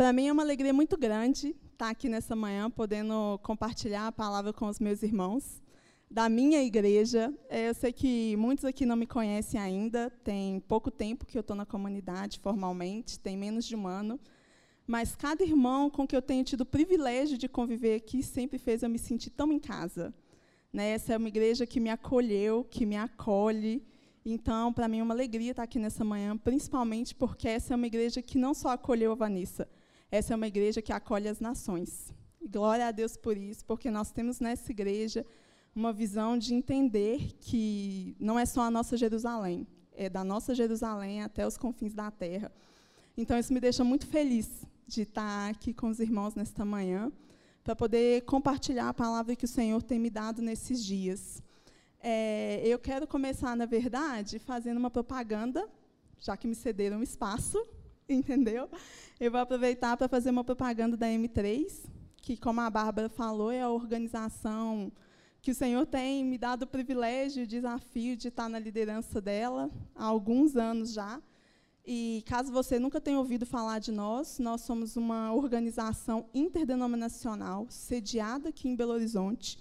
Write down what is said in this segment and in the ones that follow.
Para mim é uma alegria muito grande estar aqui nessa manhã, podendo compartilhar a palavra com os meus irmãos da minha igreja. Eu sei que muitos aqui não me conhecem ainda, tem pouco tempo que eu estou na comunidade formalmente, tem menos de um ano, mas cada irmão com que eu tenho tido o privilégio de conviver aqui sempre fez eu me sentir tão em casa. Essa é uma igreja que me acolheu, que me acolhe. Então, para mim é uma alegria estar aqui nessa manhã, principalmente porque essa é uma igreja que não só acolheu a Vanessa, essa é uma igreja que acolhe as nações. E glória a Deus por isso, porque nós temos nessa igreja uma visão de entender que não é só a nossa Jerusalém, é da nossa Jerusalém até os confins da terra. Então, isso me deixa muito feliz de estar aqui com os irmãos nesta manhã, para poder compartilhar a palavra que o Senhor tem me dado nesses dias. Eu quero começar, na verdade, fazendo uma propaganda, já que me cederam um espaço, entendeu? Eu vou aproveitar para fazer uma propaganda da M3, que, como a Bárbara falou, é a organização que o Senhor tem me dado o privilégio e o desafio de estar na liderança dela há alguns anos já. E, caso você nunca tenha ouvido falar de nós somos uma organização interdenominacional, sediada aqui em Belo Horizonte,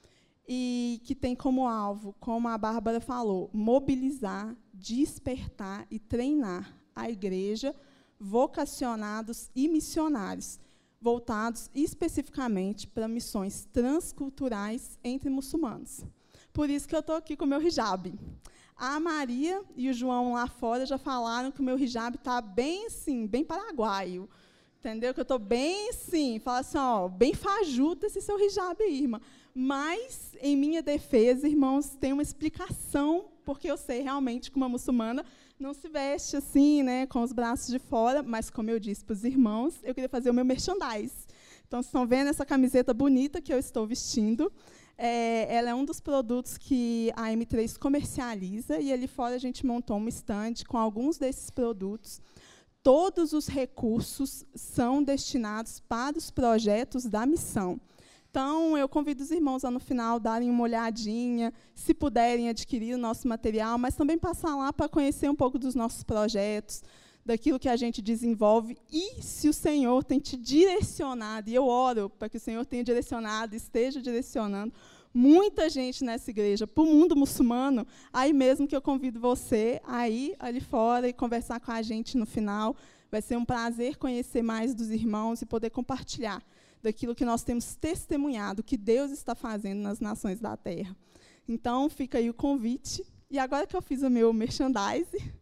e que tem como alvo, como a Bárbara falou, mobilizar, despertar e treinar a igreja, vocacionados e missionários, voltados especificamente para missões transculturais entre muçulmanos. Por isso que eu estou aqui com o meu hijab. A Maria e o João lá fora já falaram que o meu hijab está bem assim, bem paraguaio. Entendeu? Que eu estou bem assim, fala assim, ó, bem fajuta esse seu hijab aí, irmã. Mas, em minha defesa, irmãos, tem uma explicação, porque eu sei realmente que uma muçulmana não se veste assim, né, com os braços de fora, mas, como eu disse para os irmãos, eu queria fazer o meu merchandise. Então, vocês estão vendo essa camiseta bonita que eu estou vestindo? Ela é um dos produtos que a M3 comercializa, e ali fora a gente montou um stand com alguns desses produtos. Todos os recursos são destinados para os projetos da missão. Então, eu convido os irmãos a, no final, darem uma olhadinha, se puderem adquirir o nosso material, mas também passar lá para conhecer um pouco dos nossos projetos, daquilo que a gente desenvolve, e se o Senhor tem te direcionado, e eu oro para que o Senhor tenha direcionado, esteja direcionando muita gente nessa igreja para o mundo muçulmano, aí mesmo que eu convido você a ir ali fora e conversar com a gente no final. Vai ser um prazer conhecer mais dos irmãos e poder compartilhar daquilo que nós temos testemunhado, que Deus está fazendo nas nações da terra. Então, fica aí o convite. E agora que eu fiz o meu merchandise,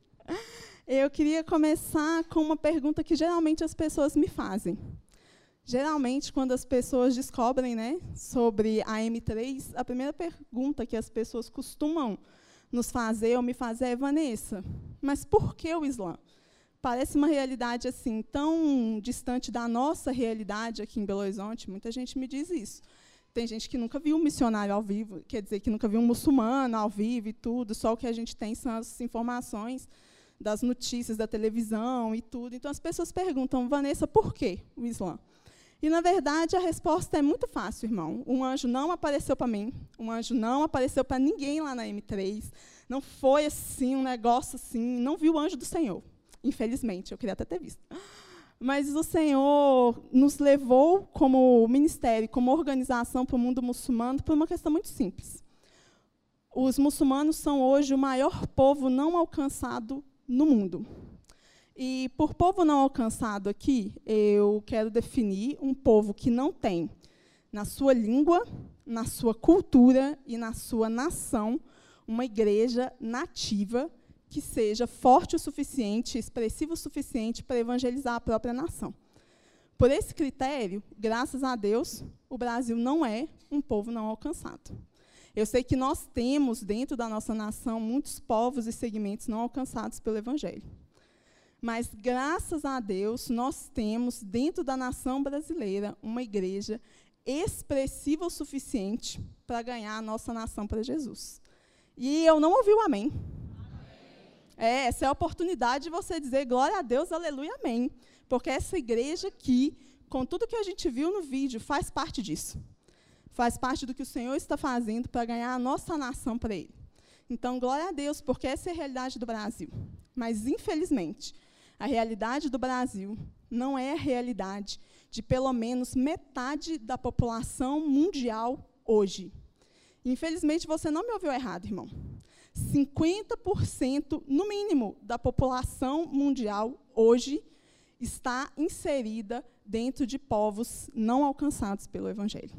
eu queria começar com uma pergunta que geralmente as pessoas me fazem. Geralmente, quando as pessoas descobrem, né, sobre a M3, a primeira pergunta que as pessoas costumam nos fazer ou me fazer é: Vanessa, mas por que o Islã? Parece uma realidade assim tão distante da nossa realidade aqui em Belo Horizonte. Muita gente me diz isso. Tem gente que nunca viu um missionário ao vivo, quer dizer, que nunca viu um muçulmano ao vivo e tudo, só o que a gente tem são as informações das notícias da televisão e tudo. Então, as pessoas perguntam: Vanessa, por que o Islã? E, na verdade, a resposta é muito fácil, irmão. Um anjo não apareceu para mim, um anjo não apareceu para ninguém lá na M3, não foi assim, um negócio assim, não vi o anjo do Senhor, infelizmente, eu queria até ter visto. Mas o Senhor nos levou como ministério, como organização para o mundo muçulmano, por uma questão muito simples. Os muçulmanos são hoje o maior povo não alcançado no mundo. E, por povo não alcançado aqui, eu quero definir um povo que não tem, na sua língua, na sua cultura e na sua nação, uma igreja nativa que seja forte o suficiente, expressiva o suficiente para evangelizar a própria nação. Por esse critério, graças a Deus, o Brasil não é um povo não alcançado. Eu sei que nós temos, dentro da nossa nação, muitos povos e segmentos não alcançados pelo Evangelho. Mas, graças a Deus, nós temos, dentro da nação brasileira, uma igreja expressiva o suficiente para ganhar a nossa nação para Jesus. E eu não ouvi o amém. Essa é a oportunidade de você dizer glória a Deus, aleluia, amém. Porque essa igreja aqui, com tudo que a gente viu no vídeo, faz parte disso. Faz parte do que o Senhor está fazendo para ganhar a nossa nação para Ele. Então, glória a Deus, porque essa é a realidade do Brasil. Mas, infelizmente, a realidade do Brasil não é a realidade de pelo menos metade da população mundial hoje. Infelizmente, você não me ouviu errado, irmão. 50%, no mínimo, da população mundial hoje está inserida dentro de povos não alcançados pelo Evangelho.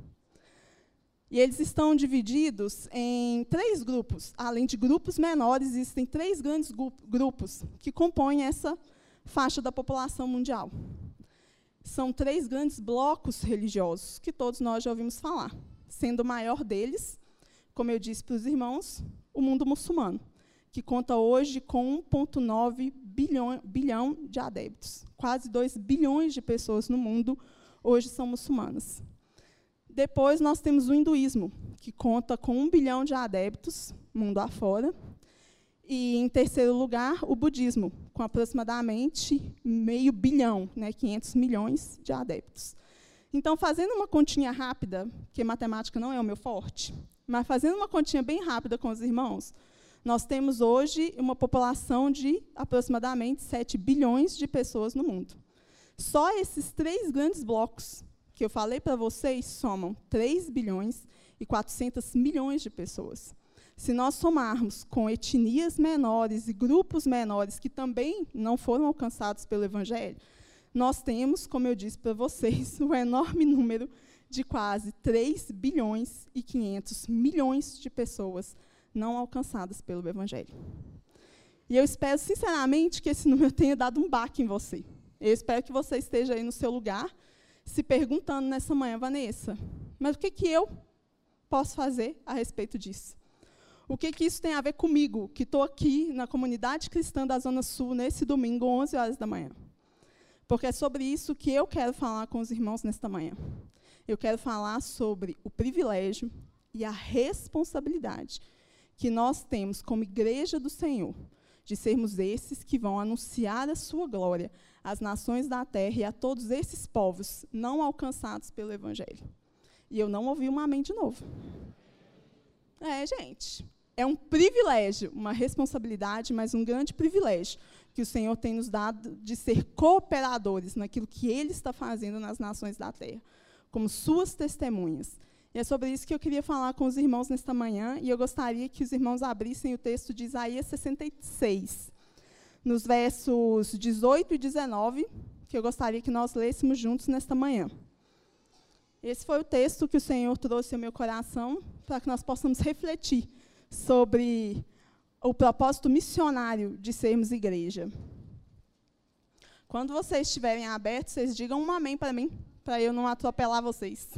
E eles estão divididos em 3 grupos. Além de grupos menores, existem 3 grandes grupos que compõem essa faixa da população mundial. São 3 grandes blocos religiosos, que todos nós já ouvimos falar. Sendo o maior deles, como eu disse para os irmãos, o mundo muçulmano, que conta hoje com 1,9 bilhão de adeptos. Quase 2 bilhões de pessoas no mundo hoje são muçulmanas. Depois, nós temos o hinduísmo, que conta com 1 bilhão de adeptos, mundo afora. E, em terceiro lugar, o budismo, com aproximadamente meio bilhão, 500 milhões de adeptos. Então, fazendo uma continha rápida, porque matemática não é o meu forte, mas fazendo uma continha bem rápida com os irmãos, nós temos hoje uma população de aproximadamente 7 bilhões de pessoas no mundo. Só esses 3 grandes blocos que eu falei para vocês somam 3 bilhões e 400 milhões de pessoas. Se nós somarmos com etnias menores e grupos menores que também não foram alcançados pelo Evangelho, nós temos, como eu disse para vocês, um enorme número de quase 3 bilhões e 500 milhões de pessoas não alcançadas pelo Evangelho. E eu espero, sinceramente, que esse número tenha dado um baque em você. Eu espero que você esteja aí no seu lugar, se perguntando nessa manhã, Vanessa, mas o que eu posso fazer a respeito disso? O que isso tem a ver comigo, que estou aqui na comunidade cristã da Zona Sul, nesse domingo, 11 horas da manhã? Porque é sobre isso que eu quero falar com os irmãos nesta manhã. Eu quero falar sobre o privilégio e a responsabilidade que nós temos como igreja do Senhor, de sermos esses que vão anunciar a sua glória às nações da terra e a todos esses povos não alcançados pelo Evangelho. E eu não ouvi um amém de novo. Gente, é um privilégio, uma responsabilidade, mas um grande privilégio que o Senhor tem nos dado de ser cooperadores naquilo que Ele está fazendo nas nações da terra, como suas testemunhas. E é sobre isso que eu queria falar com os irmãos nesta manhã, e eu gostaria que os irmãos abrissem o texto de Isaías 66, nos versos 18 e 19, que eu gostaria que nós lêssemos juntos nesta manhã. Esse foi o texto que o Senhor trouxe ao meu coração, para que nós possamos refletir sobre o propósito missionário de sermos igreja. Quando vocês estiverem abertos, vocês digam um amém para mim, para eu não atropelar vocês.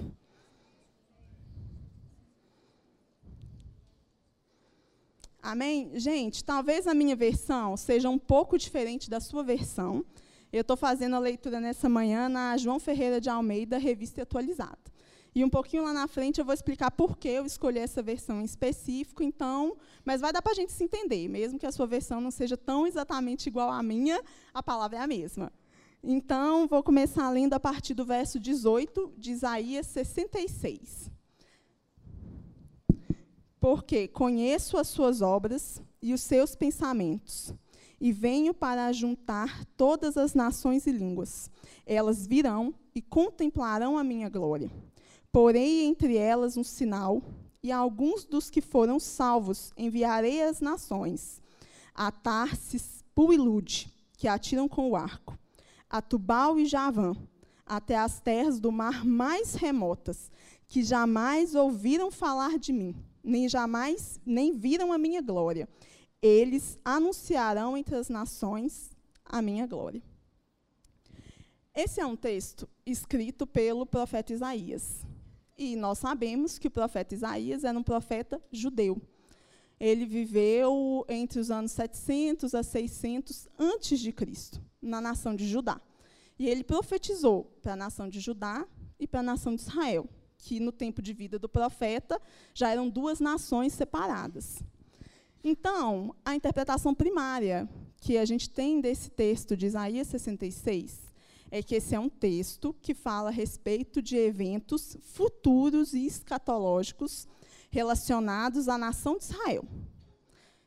Amém? Gente, talvez a minha versão seja um pouco diferente da sua versão. Eu estou fazendo a leitura nessa manhã na João Ferreira de Almeida, Revista Atualizada. E um pouquinho lá na frente eu vou explicar por que eu escolhi essa versão em específico, então, mas vai dar para a gente se entender, mesmo que a sua versão não seja tão exatamente igual à minha, a palavra é a mesma. Então, vou começar lendo a partir do verso 18 de Isaías 66. Porque conheço as suas obras e os seus pensamentos, e venho para juntar todas as nações e línguas. Elas virão e contemplarão a minha glória. Porei entre elas um sinal, e alguns dos que foram salvos enviarei às nações, a Tarsis, Pu e Lude, que atiram com o arco, a Tubal e Javã, até as terras do mar mais remotas, que jamais ouviram falar de mim, nem viram a minha glória. Eles anunciarão entre as nações a minha glória. Esse é um texto escrito pelo profeta Isaías. E nós sabemos que o profeta Isaías era um profeta judeu. Ele viveu entre os anos 700 a 600 antes de Cristo, na nação de Judá. E ele profetizou para a nação de Judá e para a nação de Israel, que no tempo de vida do profeta já eram 2 nações separadas. Então, a interpretação primária que a gente tem desse texto de Isaías 66 é que esse é um texto que fala a respeito de eventos futuros e escatológicos relacionados à nação de Israel.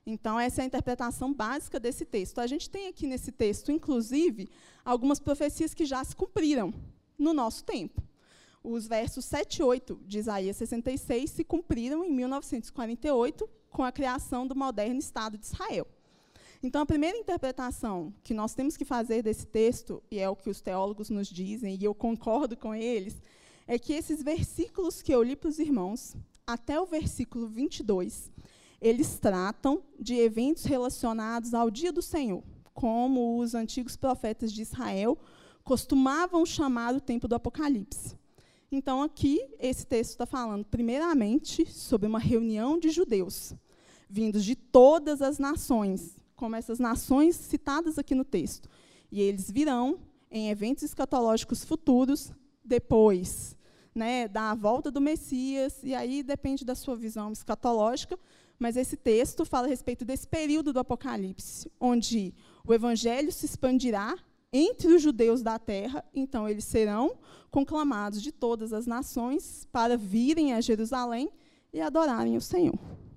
Então, essa é a interpretação básica desse texto. A gente tem aqui nesse texto, inclusive, algumas profecias que já se cumpriram no nosso tempo. Os versos 7 e 8 de Isaías 66 se cumpriram em 1948, com a criação do moderno Estado de Israel. Então, a primeira interpretação que nós temos que fazer desse texto, e é o que os teólogos nos dizem, e eu concordo com eles, é que esses versículos que eu li para os irmãos, até o versículo 22, eles tratam de eventos relacionados ao dia do Senhor, como os antigos profetas de Israel costumavam chamar o tempo do Apocalipse. Então, aqui, esse texto está falando, primeiramente, sobre uma reunião de judeus, vindos de todas as nações, como essas nações citadas aqui no texto. E eles virão em eventos escatológicos futuros, depois, né, da volta do Messias, e aí depende da sua visão escatológica, mas esse texto fala a respeito desse período do Apocalipse, onde o evangelho se expandirá entre os judeus da terra, então eles serão conclamados de todas as nações para virem a Jerusalém e adorarem o Senhor.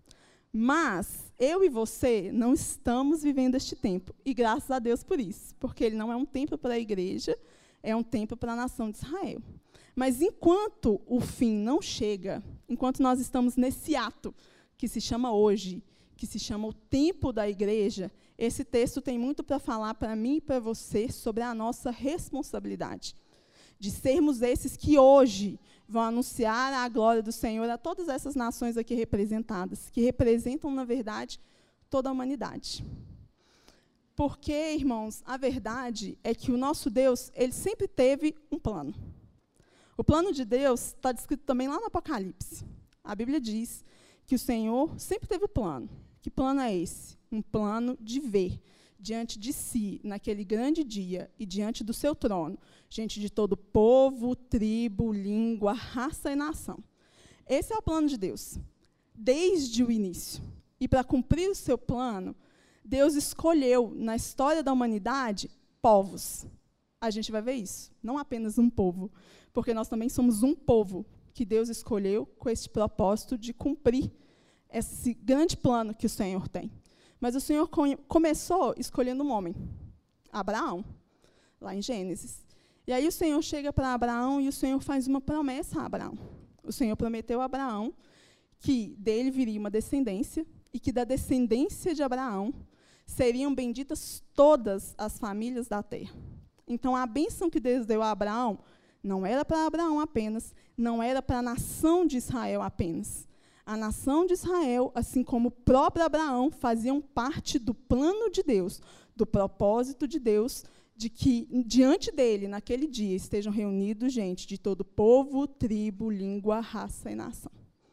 Mas eu e você não estamos vivendo este tempo, e graças a Deus por isso, porque ele não é um tempo para a igreja, é um tempo para a nação de Israel. Mas enquanto o fim não chega, enquanto nós estamos nesse ato que se chama hoje, que se chama o tempo da igreja, esse texto tem muito para falar para mim e para você sobre a nossa responsabilidade, de sermos esses que hoje vão anunciar a glória do Senhor a todas essas nações aqui representadas, que representam, na verdade, toda a humanidade. Porque, irmãos, a verdade é que o nosso Deus, ele sempre teve um plano. O plano de Deus está descrito também lá no Apocalipse. A Bíblia diz que o Senhor sempre teve um plano. Que plano é esse? Um plano de ver diante de si, naquele grande dia, e diante do seu trono, gente de todo povo, tribo, língua, raça e nação. Esse é o plano de Deus, desde o início. E para cumprir o seu plano, Deus escolheu, na história da humanidade, povos. A gente vai ver isso, não apenas um povo, porque nós também somos um povo que Deus escolheu com esse propósito de cumprir esse grande plano que o Senhor tem. Mas o Senhor começou escolhendo um homem, Abraão, lá em Gênesis. E aí o Senhor chega para Abraão e o Senhor faz uma promessa a Abraão. O Senhor prometeu a Abraão que dele viria uma descendência e que da descendência de Abraão seriam benditas todas as famílias da terra. Então, a bênção que Deus deu a Abraão não era para Abraão apenas, não era para a nação de Israel apenas. A nação de Israel, assim como o próprio Abraão, faziam parte do plano de Deus, do propósito de Deus, de que diante dele, naquele dia, estejam reunidos gente de todo povo, tribo, língua, raça e nação.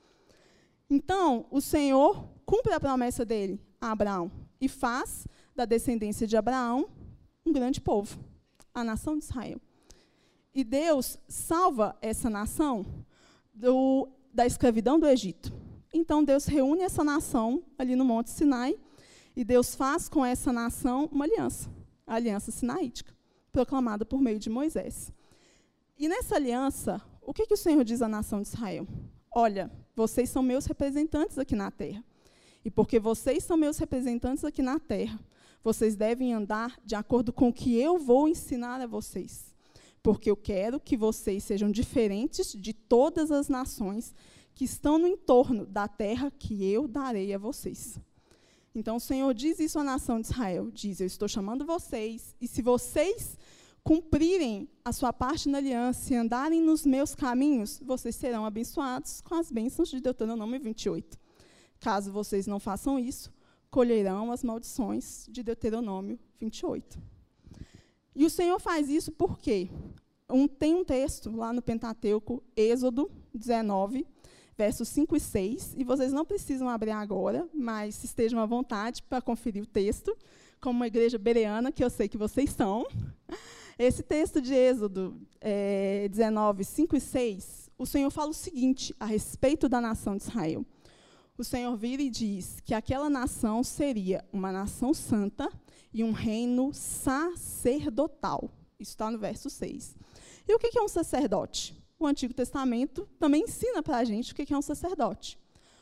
Então, o Senhor cumpre a promessa dele a Abraão e faz da descendência de Abraão um grande povo, a nação de Israel. E Deus salva essa nação da escravidão do Egito. Então, Deus reúne essa nação ali no Monte Sinai, e Deus faz com essa nação uma aliança, a aliança sinaítica, proclamada por meio de Moisés. E nessa aliança, o que o Senhor diz à nação de Israel? Olha, vocês são meus representantes aqui na terra. E porque vocês são meus representantes aqui na terra, vocês devem andar de acordo com o que eu vou ensinar a vocês. Porque eu quero que vocês sejam diferentes de todas as nações que estão no entorno da terra que eu darei a vocês. Então, o Senhor diz isso à nação de Israel. Diz, eu estou chamando vocês, e se vocês cumprirem a sua parte na aliança e andarem nos meus caminhos, vocês serão abençoados com as bênçãos de Deuteronômio 28. Caso vocês não façam isso, colherão as maldições de Deuteronômio 28. E o Senhor faz isso por quê? Tem um texto lá no Pentateuco, Êxodo 19, versos 5 e 6, e vocês não precisam abrir agora, mas estejam à vontade para conferir o texto, como uma igreja bereana, que eu sei que vocês são. Esse texto de Êxodo 19, 5 e 6, o Senhor fala o seguinte a respeito da nação de Israel. O Senhor vira e diz que aquela nação seria uma nação santa e um reino sacerdotal. Isso está no verso 6. E o que é um sacerdote? O Antigo Testamento também ensina para a gente o que é um sacerdote.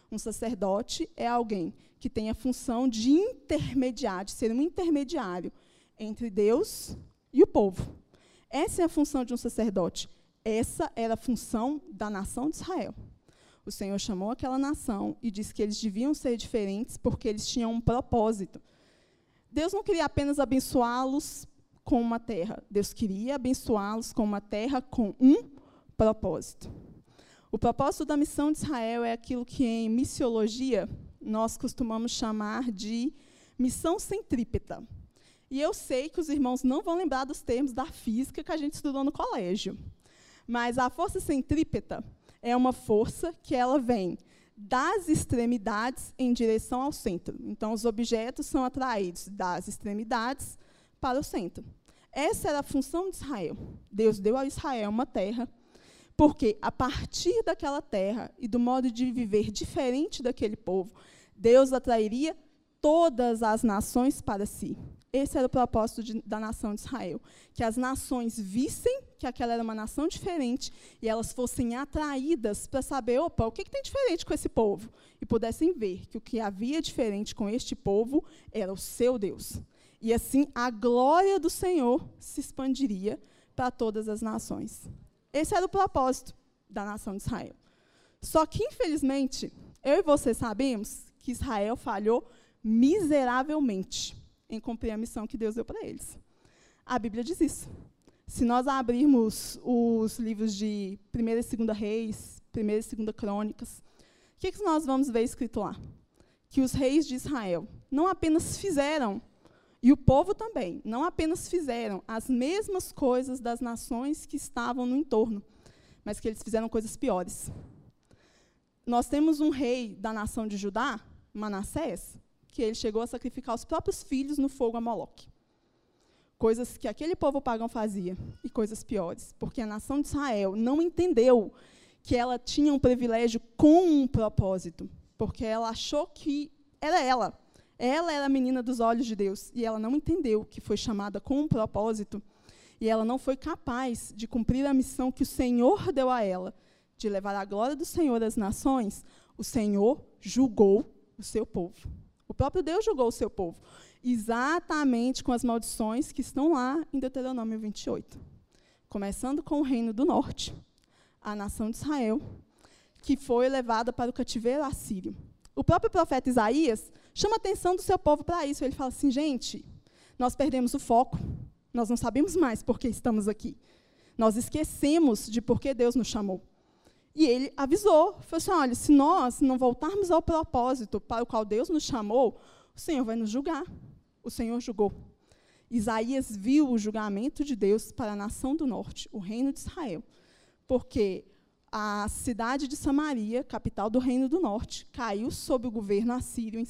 Um sacerdote é alguém que tem a função de intermediar, de ser um intermediário entre Deus e o povo. Essa é a função de um sacerdote. Essa era a função da nação de Israel. O Senhor chamou aquela nação e disse que eles deviam ser diferentes porque eles tinham um propósito. Deus não queria apenas abençoá-los com uma terra. Deus queria abençoá-los com uma terra com um propósito. O propósito da missão de Israel é aquilo que em missiologia nós costumamos chamar de missão centrípeta. E eu sei que os irmãos não vão lembrar dos termos da física que a gente estudou no colégio. Mas a força centrípeta é uma força que ela vem das extremidades em direção ao centro. Então, os objetos são atraídos das extremidades para o centro. Essa era a função de Israel. Deus deu a Israel uma terra, porque a partir daquela terra e do modo de viver diferente daquele povo, Deus atrairia todas as nações para si. Esse era o propósito da nação de Israel, que as nações vissem que aquela era uma nação diferente e elas fossem atraídas para saber, opa, o que tem diferente com esse povo? E pudessem ver que o que havia diferente com este povo era o seu Deus. E assim, a glória do Senhor se expandiria para todas as nações. Esse era o propósito da nação de Israel. Só que, infelizmente, eu e você sabemos que Israel falhou miseravelmente em cumprir a missão que Deus deu para eles. A Bíblia diz isso. Se nós abrirmos os livros de 1ª e 2ª Reis, 1ª e 2ª Crônicas, o que nós vamos ver escrito lá? Que os reis de Israel não apenas fizeram, e o povo também, não apenas fizeram as mesmas coisas das nações que estavam no entorno, mas que eles fizeram coisas piores. Nós temos um rei da nação de Judá, Manassés, que ele chegou a sacrificar os próprios filhos no fogo a Moloque. Coisas que aquele povo pagão fazia, e coisas piores, porque a nação de Israel não entendeu que ela tinha um privilégio com um propósito, porque ela achou que era ela. Ela era a menina dos olhos de Deus, e ela não entendeu que foi chamada com um propósito, e ela não foi capaz de cumprir a missão que o Senhor deu a ela, de levar a glória do Senhor às nações. O Senhor julgou o seu povo. O próprio Deus julgou o seu povo, exatamente com as maldições que estão lá em Deuteronômio 28. Começando com o reino do norte, a nação de Israel, que foi levada para o cativeiro assírio. O próprio profeta Isaías chama a atenção do seu povo para isso. Ele fala assim, gente, nós perdemos o foco, nós não sabemos mais por que estamos aqui. Nós esquecemos de por que Deus nos chamou. E ele avisou, falou assim, olha, se nós não voltarmos ao propósito para o qual Deus nos chamou, o Senhor vai nos julgar. O Senhor julgou. Isaías viu o julgamento de Deus para a nação do norte, o reino de Israel, porque a cidade de Samaria, capital do reino do norte, caiu sob o governo assírio em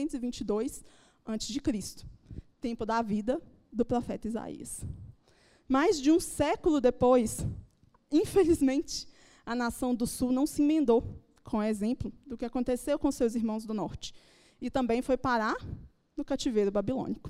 722 a.C., tempo da vida do profeta Isaías. Mais de um século depois, infelizmente, a nação do sul não se emendou com o exemplo do que aconteceu com seus irmãos do norte. E também foi parar no cativeiro babilônico.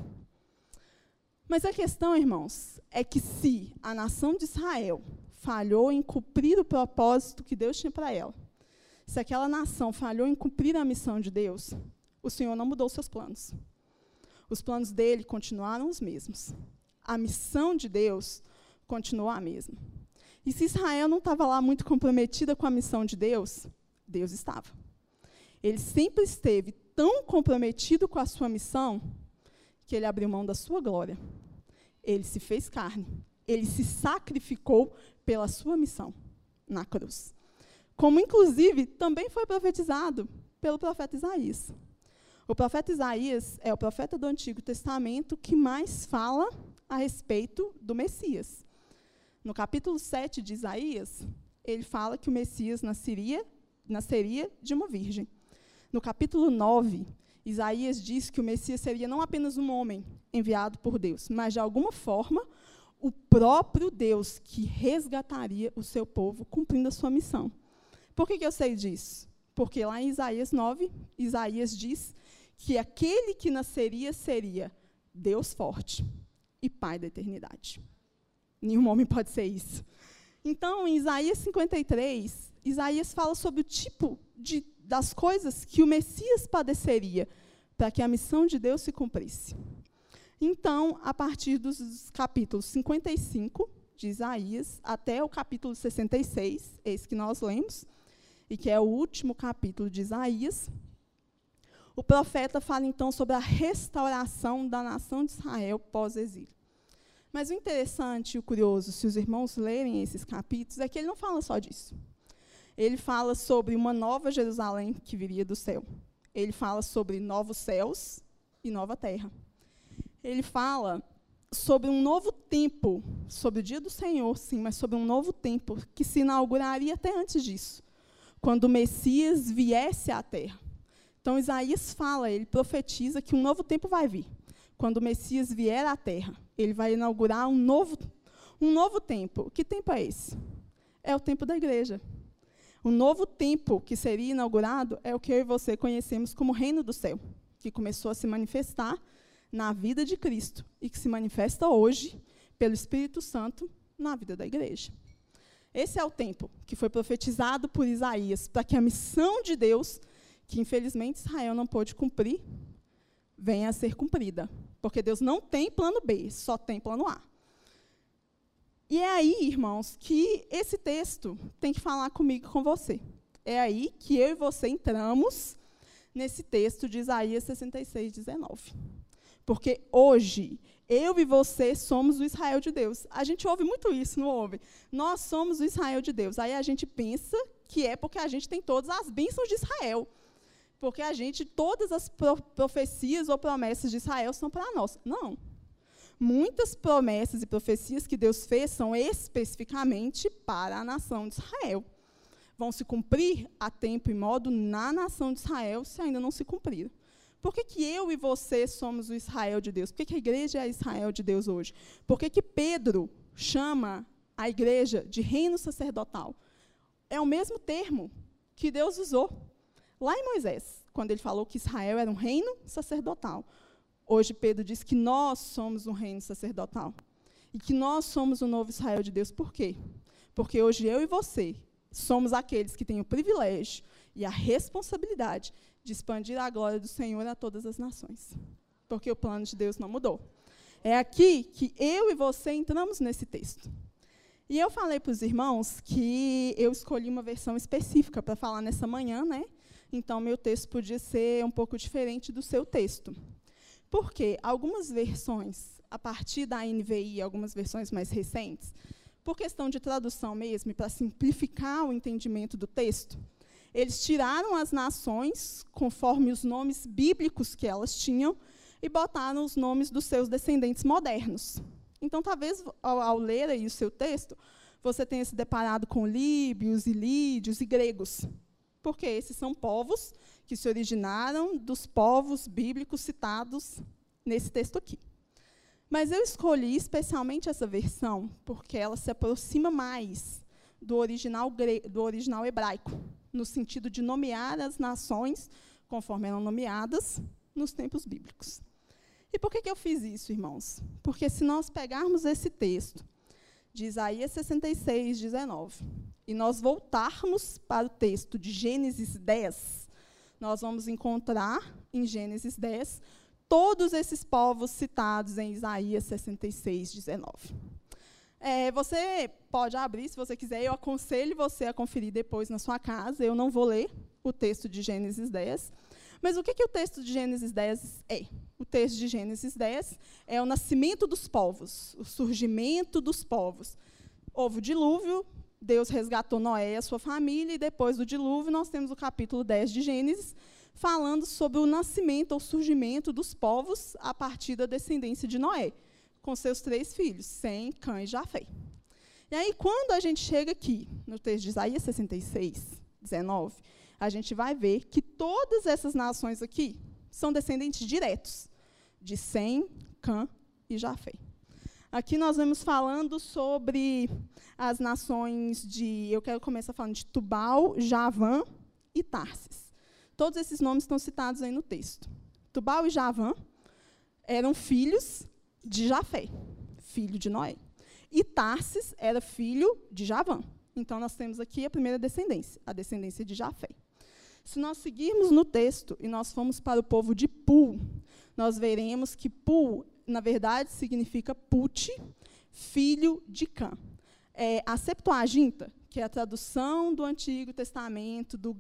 Mas a questão, irmãos, é que se a nação de Israel falhou em cumprir o propósito que Deus tinha para ela, se aquela nação falhou em cumprir a missão de Deus, o Senhor não mudou seus planos. Os planos dele continuaram os mesmos. A missão de Deus continuou a mesma. E se Israel não estava lá muito comprometida com a missão de Deus, Deus estava. Ele sempre esteve tão comprometido com a sua missão que ele abriu mão da sua glória. Ele se fez carne. Ele se sacrificou pela sua missão na cruz. Como, inclusive, também foi profetizado pelo profeta Isaías. O profeta Isaías é o profeta do Antigo Testamento que mais fala a respeito do Messias. No capítulo 7 de Isaías, ele fala que o Messias nasceria de uma virgem. No capítulo 9, Isaías diz que o Messias seria não apenas um homem enviado por Deus, mas, de alguma forma, o próprio Deus que resgataria o seu povo cumprindo a sua missão. Por que eu sei disso? Porque lá em Isaías 9, Isaías diz que aquele que nasceria seria Deus forte e Pai da eternidade. Nenhum homem pode ser isso. Então, em Isaías 53, Isaías fala sobre o tipo de das coisas que o Messias padeceria para que a missão de Deus se cumprisse. Então, a partir dos capítulos 55 de Isaías até o capítulo 66, esse que nós lemos, e que é o último capítulo de Isaías, o profeta fala, então, sobre a restauração da nação de Israel pós-exílio. Mas o interessante e o curioso, se os irmãos lerem esses capítulos, é que ele não fala só disso. Ele fala sobre uma nova Jerusalém que viria do céu. Ele fala sobre novos céus e nova terra. Ele fala sobre um novo tempo, sobre o dia do Senhor, sim, mas sobre um novo tempo que se inauguraria até antes disso, quando o Messias viesse à terra. Então, Isaías fala, ele profetiza que um novo tempo vai vir. Quando o Messias vier à terra, ele vai inaugurar um novo tempo. Que tempo é esse? É o tempo da igreja. O novo tempo que seria inaugurado é o que eu e você conhecemos como Reino do Céu, que começou a se manifestar na vida de Cristo e que se manifesta hoje, pelo Espírito Santo, na vida da igreja. Esse é o tempo que foi profetizado por Isaías, para que a missão de Deus, que infelizmente Israel não pôde cumprir, venha a ser cumprida. Porque Deus não tem plano B, só tem plano A. E é aí, irmãos, que esse texto tem que falar comigo e com você. É aí que eu e você entramos nesse texto de Isaías 66, 19. Porque hoje, eu e você somos o Israel de Deus. A gente ouve muito isso, não ouve? Nós somos o Israel de Deus. Aí a gente pensa que é porque a gente tem todas as bênçãos de Israel. Porque todas as profecias ou promessas de Israel são para nós. Não. Muitas promessas e profecias que Deus fez são especificamente para a nação de Israel. Vão se cumprir a tempo e modo na nação de Israel, se ainda não se cumpriram. Por que eu e você somos o Israel de Deus? Por que a igreja é Israel de Deus hoje? Por que Pedro chama a igreja de reino sacerdotal? É o mesmo termo que Deus usou lá em Moisés, quando ele falou que Israel era um reino sacerdotal. Hoje Pedro diz que nós somos um reino sacerdotal e que nós somos o novo Israel de Deus. Por quê? Porque hoje eu e você somos aqueles que têm o privilégio e a responsabilidade de expandir a glória do Senhor a todas as nações. Porque o plano de Deus não mudou. É aqui que eu e você entramos nesse texto. E eu falei para os irmãos que eu escolhi uma versão específica para falar nessa manhã, né? Então, meu texto podia ser um pouco diferente do seu texto. Porque algumas versões, a partir da NVI, algumas versões mais recentes, por questão de tradução mesmo, e para simplificar o entendimento do texto, eles tiraram as nações, conforme os nomes bíblicos que elas tinham, e botaram os nomes dos seus descendentes modernos. Então, talvez, ao ler aí o seu texto, você tenha se deparado com líbios, e lídios e gregos, porque esses são povos que se originaram dos povos bíblicos citados nesse texto aqui. Mas eu escolhi especialmente essa versão porque ela se aproxima mais do original hebraico, no sentido de nomear as nações conforme eram nomeadas nos tempos bíblicos. E por que eu fiz isso, irmãos? Porque se nós pegarmos esse texto de Isaías 66, 19, e nós voltarmos para o texto de Gênesis 10, nós vamos encontrar em Gênesis 10 todos esses povos citados em Isaías 66, 19. Você pode abrir, se você quiser, eu aconselho você a conferir depois na sua casa. Eu não vou ler o texto de Gênesis 10. Mas o que o texto de Gênesis 10 é? O texto de Gênesis 10 é o nascimento dos povos, o surgimento dos povos. Houve o dilúvio, Deus resgatou Noé e a sua família, e depois do dilúvio nós temos o capítulo 10 de Gênesis, falando sobre o nascimento ou surgimento dos povos a partir da descendência de Noé, com seus 3 filhos, Sem, Cã e Jafé. E aí, quando a gente chega aqui, no texto de Isaías 66, 19, a gente vai ver que todas essas nações aqui são descendentes diretos de Sem, Cã e Jafé. Aqui nós vamos falando sobre as nações eu quero começar falando de Tubal, Javã e Tarsis. Todos esses nomes estão citados aí no texto. Tubal e Javã eram filhos de Jafé, filho de Noé. E Tarsis era filho de Javã. Então, nós temos aqui a primeira descendência, a descendência de Jafé. Se nós seguirmos no texto e nós formos para o povo de Pu, nós veremos que Pu, na verdade, significa Put, filho de Cã. A Septuaginta, que é a tradução do Antigo Testamento, do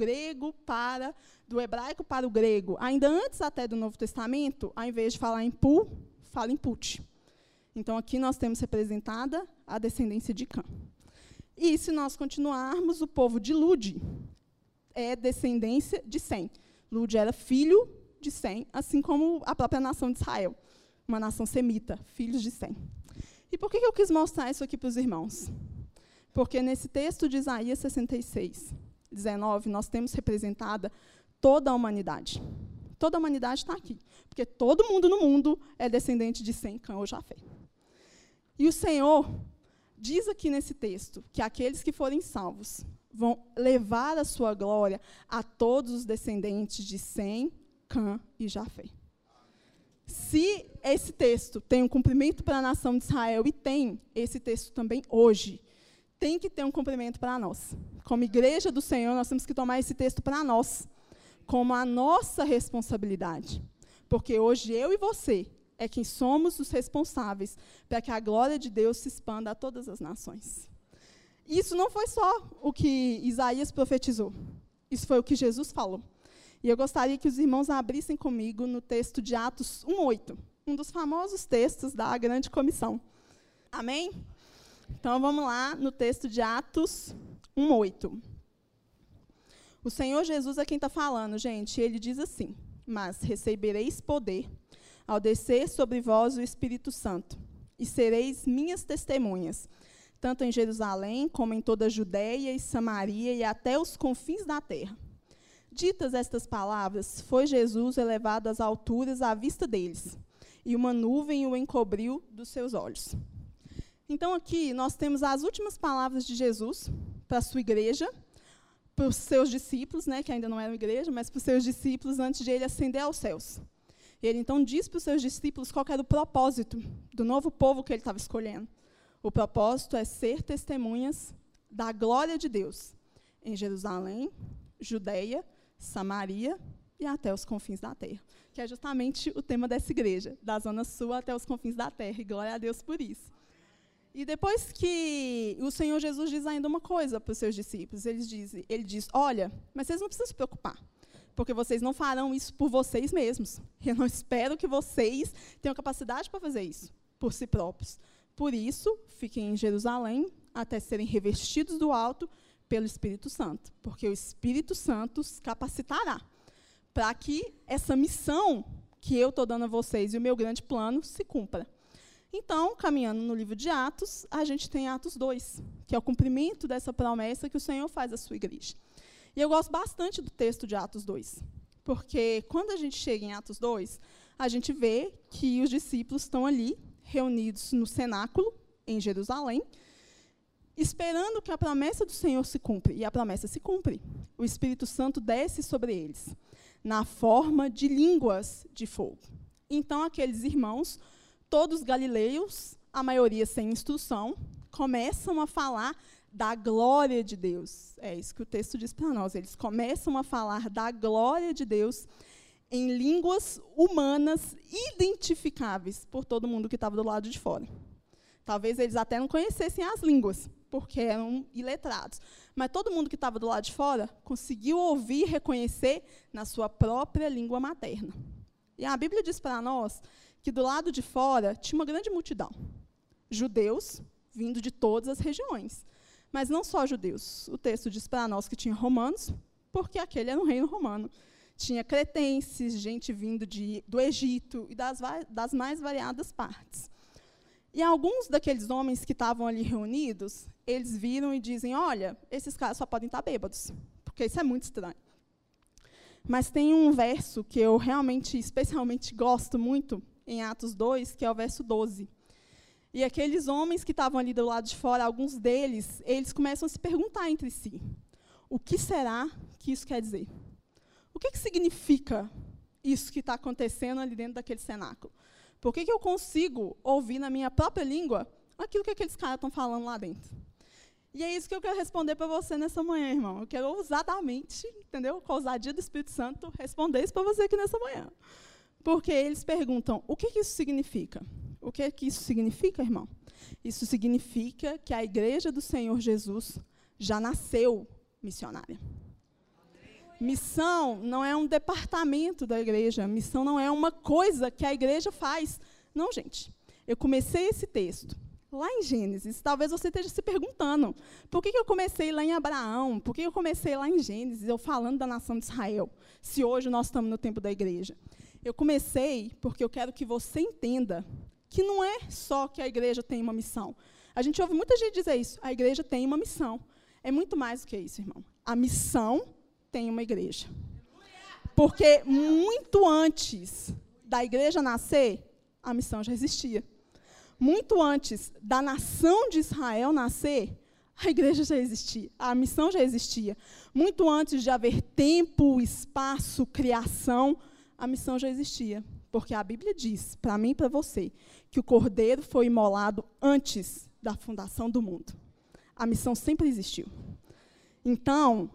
hebraico para o grego, ainda antes até do Novo Testamento, ao invés de falar em Pu, fala em Put. Então, aqui nós temos representada a descendência de Cã. E, se nós continuarmos, o povo de Lud é descendência de Sem. Lud era filho de Sem, assim como a própria nação de Israel, uma nação semita, filhos de Sem. E por que eu quis mostrar isso aqui para os irmãos? Porque nesse texto de Isaías 66, 19, nós temos representada toda a humanidade. Toda a humanidade está aqui, porque todo mundo no mundo é descendente de Sem, Cã ou Jafé. E o Senhor diz aqui nesse texto que aqueles que forem salvos vão levar a sua glória a todos os descendentes de Sem, Cã e Jafé. Se esse texto tem um cumprimento para a nação de Israel, e tem esse texto também hoje, tem que ter um cumprimento para nós. Como igreja do Senhor, nós temos que tomar esse texto para nós, como a nossa responsabilidade. Porque hoje eu e você é quem somos os responsáveis para que a glória de Deus se expanda a todas as nações. Isso não foi só o que Isaías profetizou. Isso foi o que Jesus falou. E eu gostaria que os irmãos abrissem comigo no texto de Atos 1:8, um dos famosos textos da Grande Comissão. Amém? Então, vamos lá no texto de Atos 1:8. O Senhor Jesus é quem está falando, gente. Ele diz assim: mas recebereis poder ao descer sobre vós o Espírito Santo, e sereis minhas testemunhas, tanto em Jerusalém, como em toda a Judeia e Samaria, e até os confins da terra. Ditas estas palavras, foi Jesus elevado às alturas à vista deles, e uma nuvem o encobriu dos seus olhos. Então, aqui, nós temos as últimas palavras de Jesus para a sua igreja, para os seus discípulos, né, que ainda não eram igreja, mas para os seus discípulos antes de ele ascender aos céus. E ele, então, diz para os seus discípulos qual era o propósito do novo povo que ele estava escolhendo. O propósito é ser testemunhas da glória de Deus em Jerusalém, Judeia, Samaria e até os confins da terra, que é justamente o tema dessa igreja, da zona sul até os confins da terra, e glória a Deus por isso. E depois que o Senhor Jesus diz ainda uma coisa para os seus discípulos, ele diz, olha, mas vocês não precisam se preocupar, porque vocês não farão isso por vocês mesmos. Eu não espero que vocês tenham capacidade para fazer isso por si próprios. Por isso, fiquem em Jerusalém até serem revestidos do alto pelo Espírito Santo, porque o Espírito Santo os capacitará para que essa missão que eu estou dando a vocês e o meu grande plano se cumpra. Então, caminhando no livro de Atos, a gente tem Atos 2, que é o cumprimento dessa promessa que o Senhor faz à sua igreja. E eu gosto bastante do texto de Atos 2, porque quando a gente chega em Atos 2, a gente vê que os discípulos estão ali, reunidos no cenáculo, em Jerusalém, esperando que a promessa do Senhor se cumpra. E a promessa se cumpre. O Espírito Santo desce sobre eles, na forma de línguas de fogo. Então, aqueles irmãos, todos galileus, a maioria sem instrução, começam a falar da glória de Deus. É isso que o texto diz para nós. Eles começam a falar da glória de Deus em línguas humanas identificáveis por todo mundo que estava do lado de fora. Talvez eles até não conhecessem as línguas, porque eram iletrados. Mas todo mundo que estava do lado de fora conseguiu ouvir e reconhecer na sua própria língua materna. E a Bíblia diz para nós que do lado de fora tinha uma grande multidão. Judeus, vindo de todas as regiões. Mas não só judeus. O texto diz para nós que tinha romanos, porque aquele era um reino romano. Tinha cretenses, gente vindo do Egito e das mais variadas partes. E alguns daqueles homens que estavam ali reunidos, eles viram e dizem, olha, esses caras só podem estar bêbados, porque isso é muito estranho. Mas tem um verso que eu realmente, especialmente gosto muito, em Atos 2, que é o verso 12. E aqueles homens que estavam ali do lado de fora, alguns deles, eles começam a se perguntar entre si, o que será que isso quer dizer? O que significa isso que está acontecendo ali dentro daquele cenáculo? Por que eu consigo ouvir na minha própria língua aquilo que aqueles caras estão falando lá dentro? E é isso que eu quero responder para você nessa manhã, irmão. Eu quero ousadamente, entendeu? Com a ousadia do Espírito Santo, responder isso para você aqui nessa manhã. Porque eles perguntam, o que isso significa? O que isso significa, irmão? Isso significa que a igreja do Senhor Jesus já nasceu missionária. Missão não é um departamento da igreja, missão não é uma coisa que a igreja faz. Não, gente. Eu comecei esse texto lá em Gênesis. Talvez você esteja se perguntando, por que eu comecei lá em Abraão? Por que eu comecei lá em Gênesis, eu falando da nação de Israel, se hoje nós estamos no tempo da igreja? Eu comecei porque eu quero que você entenda que não é só que a igreja tem uma missão. A gente ouve muita gente dizer isso, a igreja tem uma missão. É muito mais do que isso, irmão. A missão tem uma igreja. Porque muito antes da igreja nascer, a missão já existia. Muito antes da nação de Israel nascer, a igreja já existia, a missão já existia. Muito antes de haver tempo, espaço, criação, a missão já existia. Porque a Bíblia diz, para mim e para você, que o Cordeiro foi imolado antes da fundação do mundo. A missão sempre existiu. Então,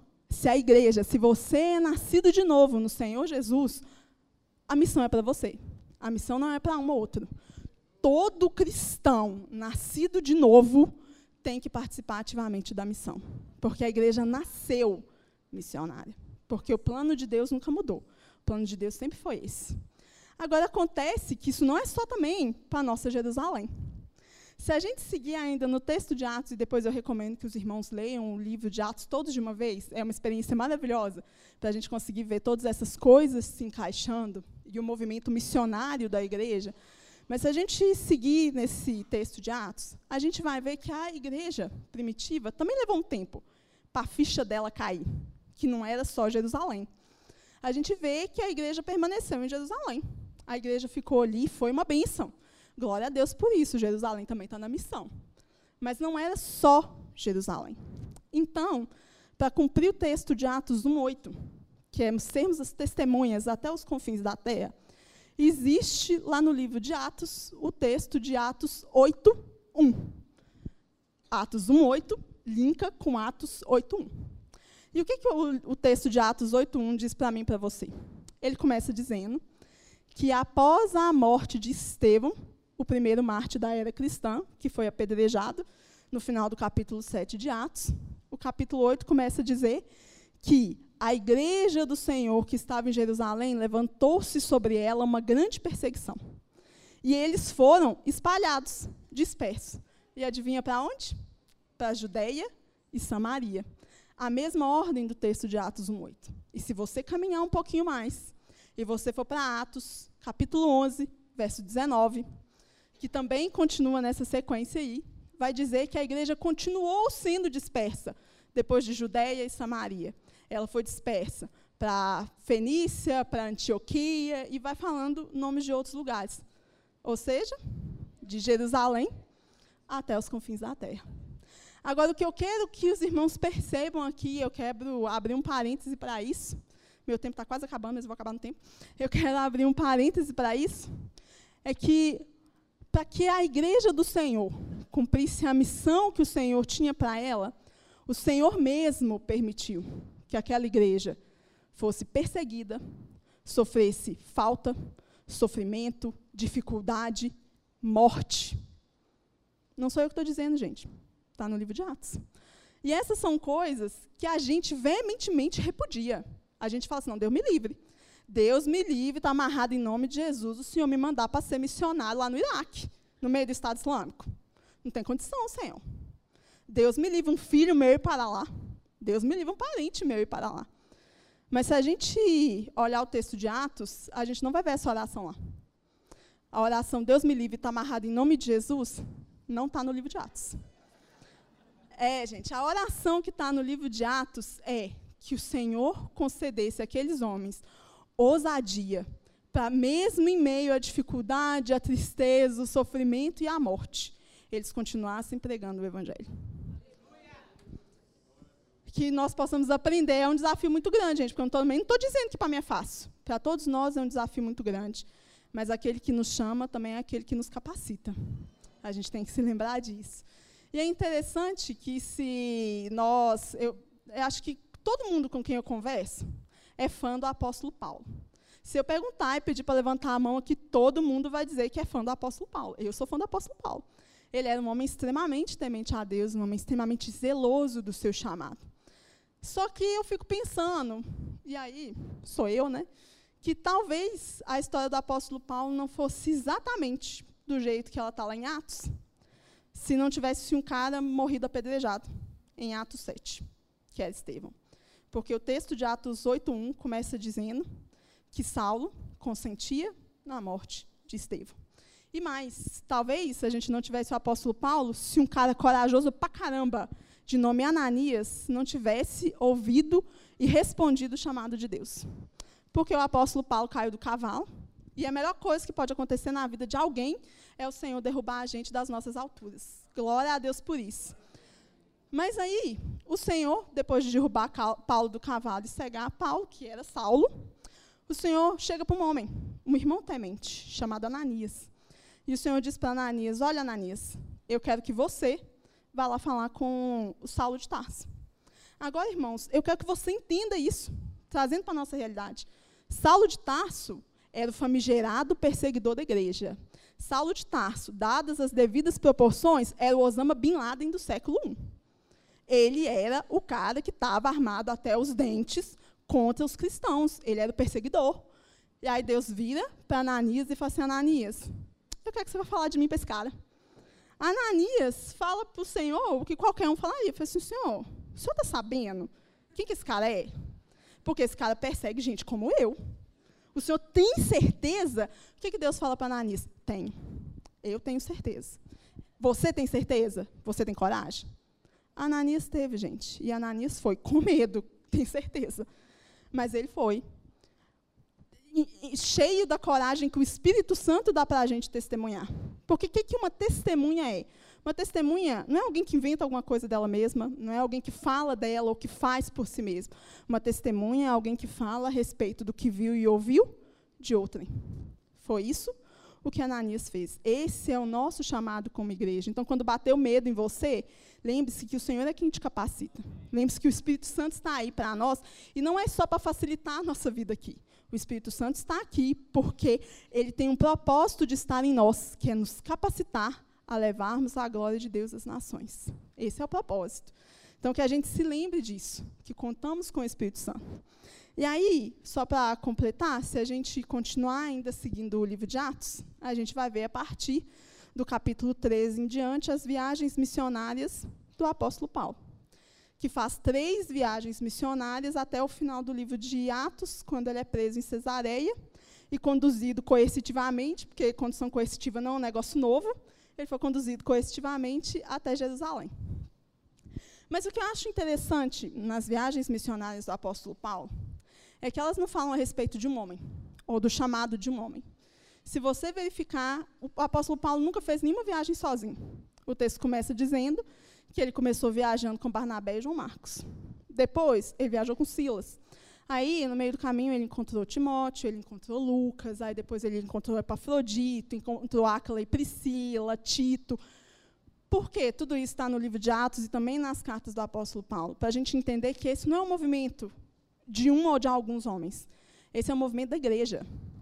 se você é nascido de novo no Senhor Jesus, a missão é para você. A missão não é para um ou outro. Todo cristão nascido de novo tem que participar ativamente da missão. Porque a igreja nasceu missionária. Porque o plano de Deus nunca mudou. O plano de Deus sempre foi esse. Agora, acontece que isso não é só também para a nossa Jerusalém. Se a gente seguir ainda no texto de Atos, e depois eu recomendo que os irmãos leiam o livro de Atos todos de uma vez, é uma experiência maravilhosa para a gente conseguir ver todas essas coisas se encaixando e o movimento missionário da igreja. Mas se a gente seguir nesse texto de Atos, a gente vai ver que a igreja primitiva também levou um tempo para a ficha dela cair, que não era só Jerusalém. A gente vê que a igreja permaneceu em Jerusalém. A igreja ficou ali, foi uma bênção. Glória a Deus por isso, Jerusalém também está na missão. Mas não era só Jerusalém. Então, para cumprir o texto de Atos 1:8, que é sermos as testemunhas até os confins da terra, existe lá no livro de Atos o texto de Atos 8:1. Atos 1:8 linka com Atos 8:1. E o que o texto de Atos 8:1 diz para mim e para você? Ele começa dizendo que após a morte de Estevão, o primeiro mártir da era cristã, que foi apedrejado, no final do capítulo 7 de Atos, o capítulo 8 começa a dizer que a igreja do Senhor que estava em Jerusalém levantou-se sobre ela uma grande perseguição. E eles foram espalhados, dispersos. E adivinha para onde? Para a Judeia e Samaria. A mesma ordem do texto de Atos 1:8. E se você caminhar um pouquinho mais, e você for para Atos, capítulo 11, verso 19, que também continua nessa sequência aí, vai dizer que a igreja continuou sendo dispersa depois de Judeia e Samaria. Ela foi dispersa para Fenícia, para Antioquia, e vai falando nomes de outros lugares. Ou seja, de Jerusalém até os confins da terra. Agora, o que eu quero que os irmãos percebam aqui, eu quero abrir um parêntese para isso. Meu tempo está quase acabando, mas eu vou acabar no tempo. Eu quero abrir um parêntese para isso. É que, para que a igreja do Senhor cumprisse a missão que o Senhor tinha para ela, o Senhor mesmo permitiu que aquela igreja fosse perseguida, sofresse falta, sofrimento, dificuldade, morte. Não sou eu que estou dizendo, gente. Está no livro de Atos. E essas são coisas que a gente veementemente repudia. A gente fala assim, não, Deus me livre. Deus me livre, está amarrado em nome de Jesus, o Senhor me mandar para ser missionário lá no Iraque, no meio do Estado Islâmico. Não tem condição, Senhor. Deus me livre um filho meu ir para lá. Deus me livre um parente meu ir para lá. Mas se a gente olhar o texto de Atos, a gente não vai ver essa oração lá. A oração Deus me livre está amarrada em nome de Jesus, não está no livro de Atos. Gente, a oração que está no livro de Atos é que o Senhor concedesse àqueles homens ousadia, para mesmo em meio à dificuldade, à tristeza, o sofrimento e à morte, eles continuassem pregando o Evangelho. Que nós possamos aprender, é um desafio muito grande, gente, porque eu também não estou dizendo que para mim é fácil. Para todos nós é um desafio muito grande, mas aquele que nos chama também é aquele que nos capacita. A gente tem que se lembrar disso. E é interessante que eu acho que todo mundo com quem eu converso é fã do apóstolo Paulo. Se eu perguntar e pedir para levantar a mão aqui, todo mundo vai dizer que é fã do apóstolo Paulo. Eu sou fã do apóstolo Paulo. Ele era um homem extremamente temente a Deus, um homem extremamente zeloso do seu chamado. Só que eu fico pensando, e aí, sou eu, né, que talvez a história do apóstolo Paulo não fosse exatamente do jeito que ela está lá em Atos, se não tivesse um cara morrido apedrejado, em Atos 7, que era Estevão. Porque o texto de Atos 8:1 começa dizendo que Saulo consentia na morte de Estevão. E mais, talvez, se a gente não tivesse o apóstolo Paulo, se um cara corajoso pra caramba, de nome Ananias, não tivesse ouvido e respondido o chamado de Deus. Porque o apóstolo Paulo caiu do cavalo, e a melhor coisa que pode acontecer na vida de alguém é o Senhor derrubar a gente das nossas alturas. Glória a Deus por isso. Mas aí, o Senhor, depois de derrubar Paulo do cavalo e cegar Paulo, que era Saulo, o Senhor chega para um homem, um irmão temente, chamado Ananias. E o Senhor diz para Ananias: olha, Ananias, eu quero que você vá lá falar com o Saulo de Tarso. Agora, irmãos, eu quero que você entenda isso, trazendo para a nossa realidade. Saulo de Tarso era o famigerado perseguidor da igreja. Saulo de Tarso, dadas as devidas proporções, era o Osama Bin Laden do século I. Ele era o cara que estava armado até os dentes contra os cristãos. Ele era o perseguidor. E aí Deus vira para Ananias e fala assim: Ananias, eu quero que você vá falar de mim para esse cara. Ananias fala para o Senhor o que qualquer um falaria. Fala assim: Senhor, o senhor está sabendo quem que esse cara é? Porque esse cara persegue gente como eu. O senhor tem certeza? O que Deus fala para Ananias? Tenho. Eu tenho certeza. Você tem certeza? Você tem coragem? Ananias teve, gente. E Ananias foi com medo, tem certeza. Mas ele foi. E cheio da coragem que o Espírito Santo dá para a gente testemunhar. Porque o que uma testemunha é? Uma testemunha não é alguém que inventa alguma coisa dela mesma, não é alguém que fala dela ou que faz por si mesmo. Uma testemunha é alguém que fala a respeito do que viu e ouviu de outrem. Foi isso o que Ananias fez. Esse é o nosso chamado como igreja. Então, quando bater o medo em você, lembre-se que o Senhor é quem te capacita. Lembre-se que o Espírito Santo está aí para nós, e não é só para facilitar a nossa vida aqui. O Espírito Santo está aqui porque ele tem um propósito de estar em nós, que é nos capacitar a levarmos a glória de Deus às nações. Esse é o propósito. Então, que a gente se lembre disso, que contamos com o Espírito Santo. E aí, só para completar, se a gente continuar ainda seguindo o livro de Atos, a gente vai ver a partir do capítulo 13 em diante as viagens missionárias do apóstolo Paulo, que faz 3 viagens missionárias até o final do livro de Atos, quando ele é preso em Cesareia e conduzido coercitivamente, porque condução coercitiva não é um negócio novo, ele foi conduzido coercitivamente até Jerusalém. Mas o que eu acho interessante nas viagens missionárias do apóstolo Paulo é que elas não falam a respeito de um homem, ou do chamado de um homem. Se você verificar, o apóstolo Paulo nunca fez nenhuma viagem sozinho. O texto começa dizendo que ele começou viajando com Barnabé e João Marcos. Depois, ele viajou com Silas. Aí, no meio do caminho, ele encontrou Timóteo, ele encontrou Lucas, aí depois ele encontrou Epafrodito, encontrou Áquila e Priscila, Tito. Por quê? Tudo isso está no livro de Atos e também nas cartas do apóstolo Paulo, para a gente entender que esse não é um movimento de um ou de alguns homens. Esse é um movimento da igreja.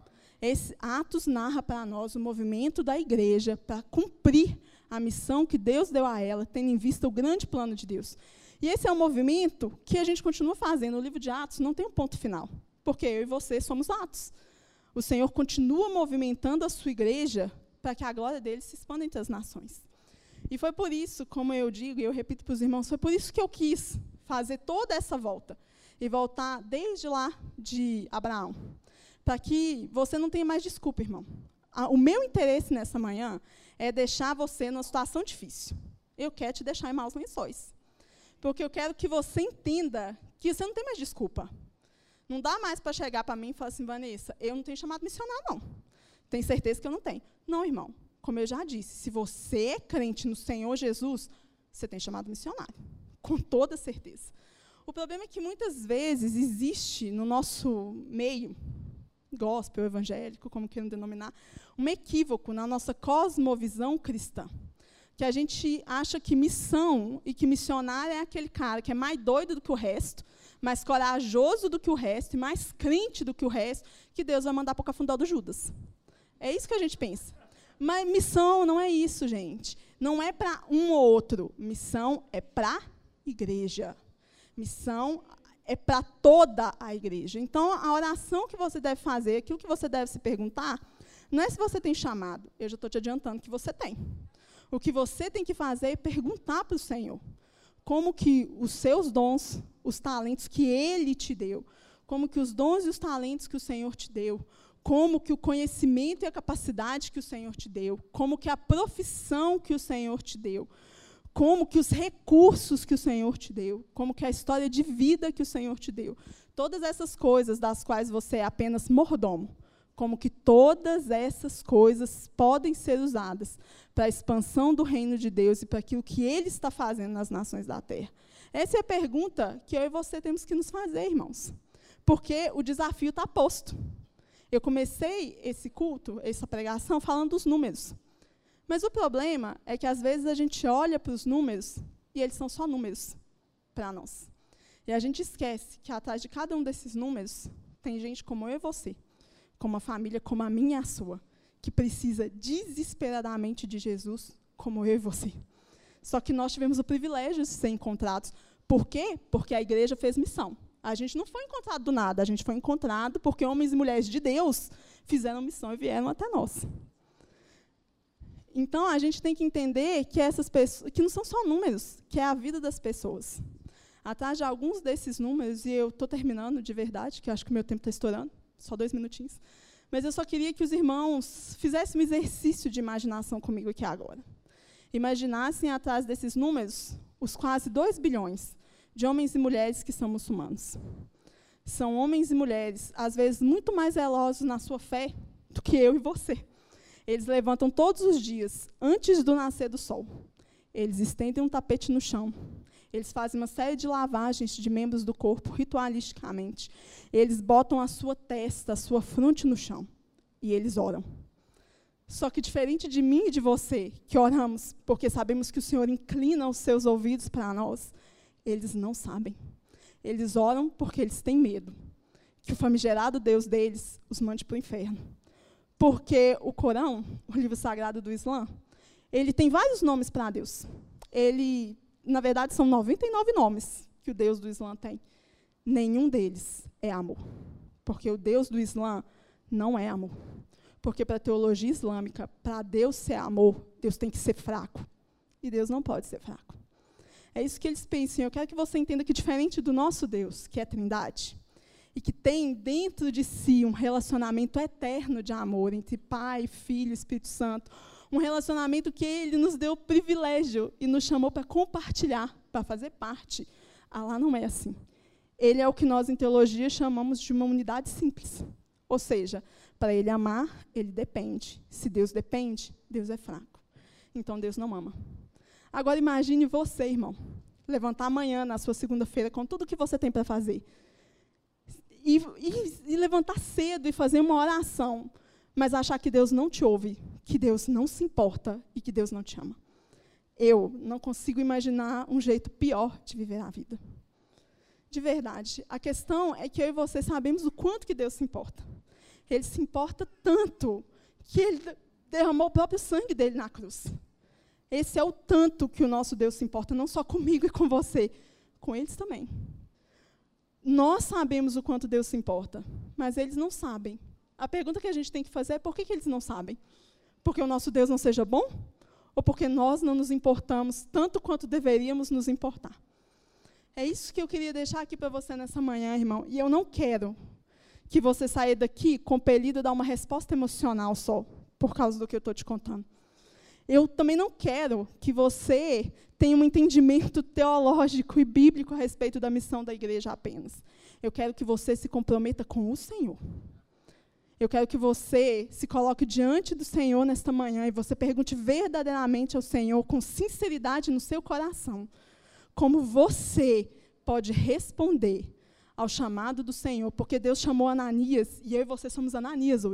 Atos narra para nós o movimento da igreja para cumprir a missão que Deus deu a ela, tendo em vista o grande plano de Deus. E esse é um movimento que a gente continua fazendo. O livro de Atos não tem um ponto final, porque eu e você somos Atos. O Senhor continua movimentando a sua igreja para que a glória dele se expanda entre as nações. E foi por isso, como eu digo, e eu repito para os irmãos, foi por isso que eu quis fazer toda essa volta. E voltar desde lá de Abraão. Para que você não tenha mais desculpa, irmão. O meu interesse nessa manhã é deixar você numa situação difícil. Eu quero te deixar em maus lençóis. Porque eu quero que você entenda que você não tem mais desculpa. Não dá mais para chegar para mim e falar assim: Vanessa, eu não tenho chamado missionário, não. Tem certeza que eu não tenho. Não, irmão. Como eu já disse, se você é crente no Senhor Jesus, você tem chamado missionário. Com toda certeza. O problema é que muitas vezes existe no nosso meio, gospel, evangélico, como queiram denominar, um equívoco na nossa cosmovisão cristã. que a gente acha que missão e que missionário é aquele cara que é mais doido do que o resto, mais corajoso do que o resto e mais crente do que o resto, que Deus vai mandar para o cafundó do Judas. É isso que a gente pensa. Mas missão não é isso, gente. Não é para um ou outro. Missão é para a igreja. Missão é para toda a igreja. Então, a oração que você deve fazer, aquilo que você deve se perguntar, não é se você tem chamado. Eu já estou te adiantando que você tem. O que você tem que fazer é perguntar para o Senhor como que os seus dons, os talentos que Ele te deu, como que os dons e os talentos que o Senhor te deu, como que o conhecimento e a capacidade que o Senhor te deu, como que a profissão que o Senhor te deu, como que os recursos que o Senhor te deu, como que a história de vida que o Senhor te deu. Todas essas coisas das quais você é apenas mordomo, como que todas essas coisas podem ser usadas para a expansão do reino de Deus e para aquilo que Ele está fazendo nas nações da terra. Essa é a pergunta que eu e você temos que nos fazer, irmãos, porque o desafio está posto. Eu comecei esse culto, essa pregação, falando dos números. Mas o problema é que, às vezes, a gente olha para os números e eles são só números para nós. E a gente esquece que, atrás de cada um desses números, tem gente como eu e você, como uma família como a minha e a sua, que precisa desesperadamente de Jesus, como eu e você. Só que nós tivemos o privilégio de ser encontrados. Por quê? Porque a igreja fez missão. A gente não foi encontrado do nada, a gente foi encontrado porque homens e mulheres de Deus fizeram missão e vieram até nós. Então, a gente tem que entender que essas pessoas, que não são só números, que é a vida das pessoas. Atrás de alguns desses números, e eu estou terminando de verdade, que eu acho que o meu tempo está estourando, só 2 minutinhos, mas eu só queria que os irmãos fizessem um exercício de imaginação comigo aqui agora. Imaginassem atrás desses números os quase 2 bilhões de homens e mulheres que são muçulmanos. São homens e mulheres, às vezes, muito mais zelosos na sua fé do que eu e você. Eles levantam todos os dias, antes do nascer do sol. Eles estendem um tapete no chão. Eles fazem uma série de lavagens de membros do corpo, ritualisticamente. Eles botam a sua testa, a sua fronte no chão. E eles oram. Só que, diferente de mim e de você, que oramos porque sabemos que o Senhor inclina os seus ouvidos para nós, eles não sabem. Eles oram porque eles têm medo que o famigerado Deus deles os mande para o inferno. Porque o Corão, o livro sagrado do Islã, ele tem vários nomes para Deus. Ele, na verdade, são 99 nomes que o Deus do Islã tem. Nenhum deles é amor. Porque o Deus do Islã não é amor. Porque para a teologia islâmica, para Deus ser amor, Deus tem que ser fraco. E Deus não pode ser fraco. É isso que eles pensam. Eu quero que você entenda que, diferente do nosso Deus, que é a Trindade, e que tem dentro de si um relacionamento eterno de amor entre Pai, Filho e Espírito Santo, um relacionamento que Ele nos deu o privilégio e nos chamou para compartilhar, para fazer parte. Allah não é assim. Ele é o que nós, em teologia, chamamos de uma unidade simples. Ou seja, para Ele amar, Ele depende. Se Deus depende, Deus é fraco. Então, Deus não ama. Agora, imagine você, irmão, levantar amanhã, na sua segunda-feira, com tudo que você tem para fazer, e levantar cedo e fazer uma oração, mas achar que Deus não te ouve, que Deus não se importa e que Deus não te ama. Eu não consigo imaginar um jeito pior de viver a vida. De verdade. A questão é que eu e você sabemos o quanto que Deus se importa. Ele se importa tanto que Ele derramou o próprio sangue dele na cruz. Esse é o tanto que o nosso Deus se importa, não só comigo e com você, com eles também. Nós sabemos o quanto Deus se importa, mas eles não sabem. A pergunta que a gente tem que fazer é por que eles não sabem? Porque o nosso Deus não seja bom? Ou porque nós não nos importamos tanto quanto deveríamos nos importar? É isso que eu queria deixar aqui para você nessa manhã, irmão. E eu não quero que você saia daqui compelido a dar uma resposta emocional só, por causa do que eu estou te contando. Eu também não quero que você tenha um entendimento teológico e bíblico a respeito da missão da igreja apenas. Eu quero que você se comprometa com o Senhor. Eu quero que você se coloque diante do Senhor nesta manhã e você pergunte verdadeiramente ao Senhor, com sinceridade no seu coração, como você pode responder ao chamado do Senhor, porque Deus chamou Ananias, e eu e você somos Ananias hoje.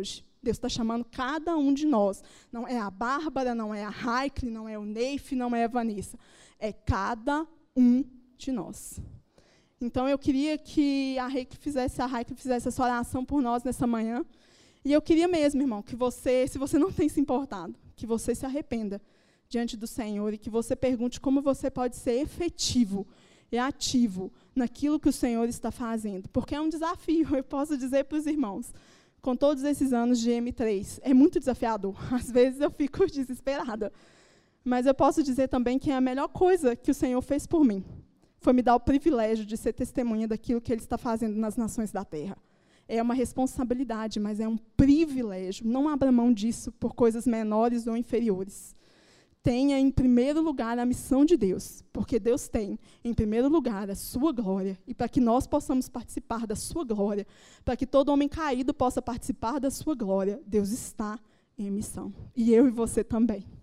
Deus está chamando cada um de nós. Não é a Bárbara, não é a Raikle, não é o Neif, não é a Vanessa. É cada um de nós. Então, eu queria que a Raikle fizesse essa oração por nós nessa manhã. E eu queria mesmo, irmão, que você, se você não tem se importado, que você se arrependa diante do Senhor e que você pergunte como você pode ser efetivo e ativo naquilo que o Senhor está fazendo. Porque é um desafio, eu posso dizer para os irmãos, com todos esses anos de M3, é muito desafiador. Às vezes eu fico desesperada. Mas eu posso dizer também que a melhor coisa que o Senhor fez por mim foi me dar o privilégio de ser testemunha daquilo que Ele está fazendo nas nações da terra. É uma responsabilidade, mas é um privilégio. Não abra mão disso por coisas menores ou inferiores. Tenha em primeiro lugar a missão de Deus, porque Deus tem em primeiro lugar a sua glória, e para que nós possamos participar da sua glória, para que todo homem caído possa participar da sua glória, Deus está em missão. E eu e você também.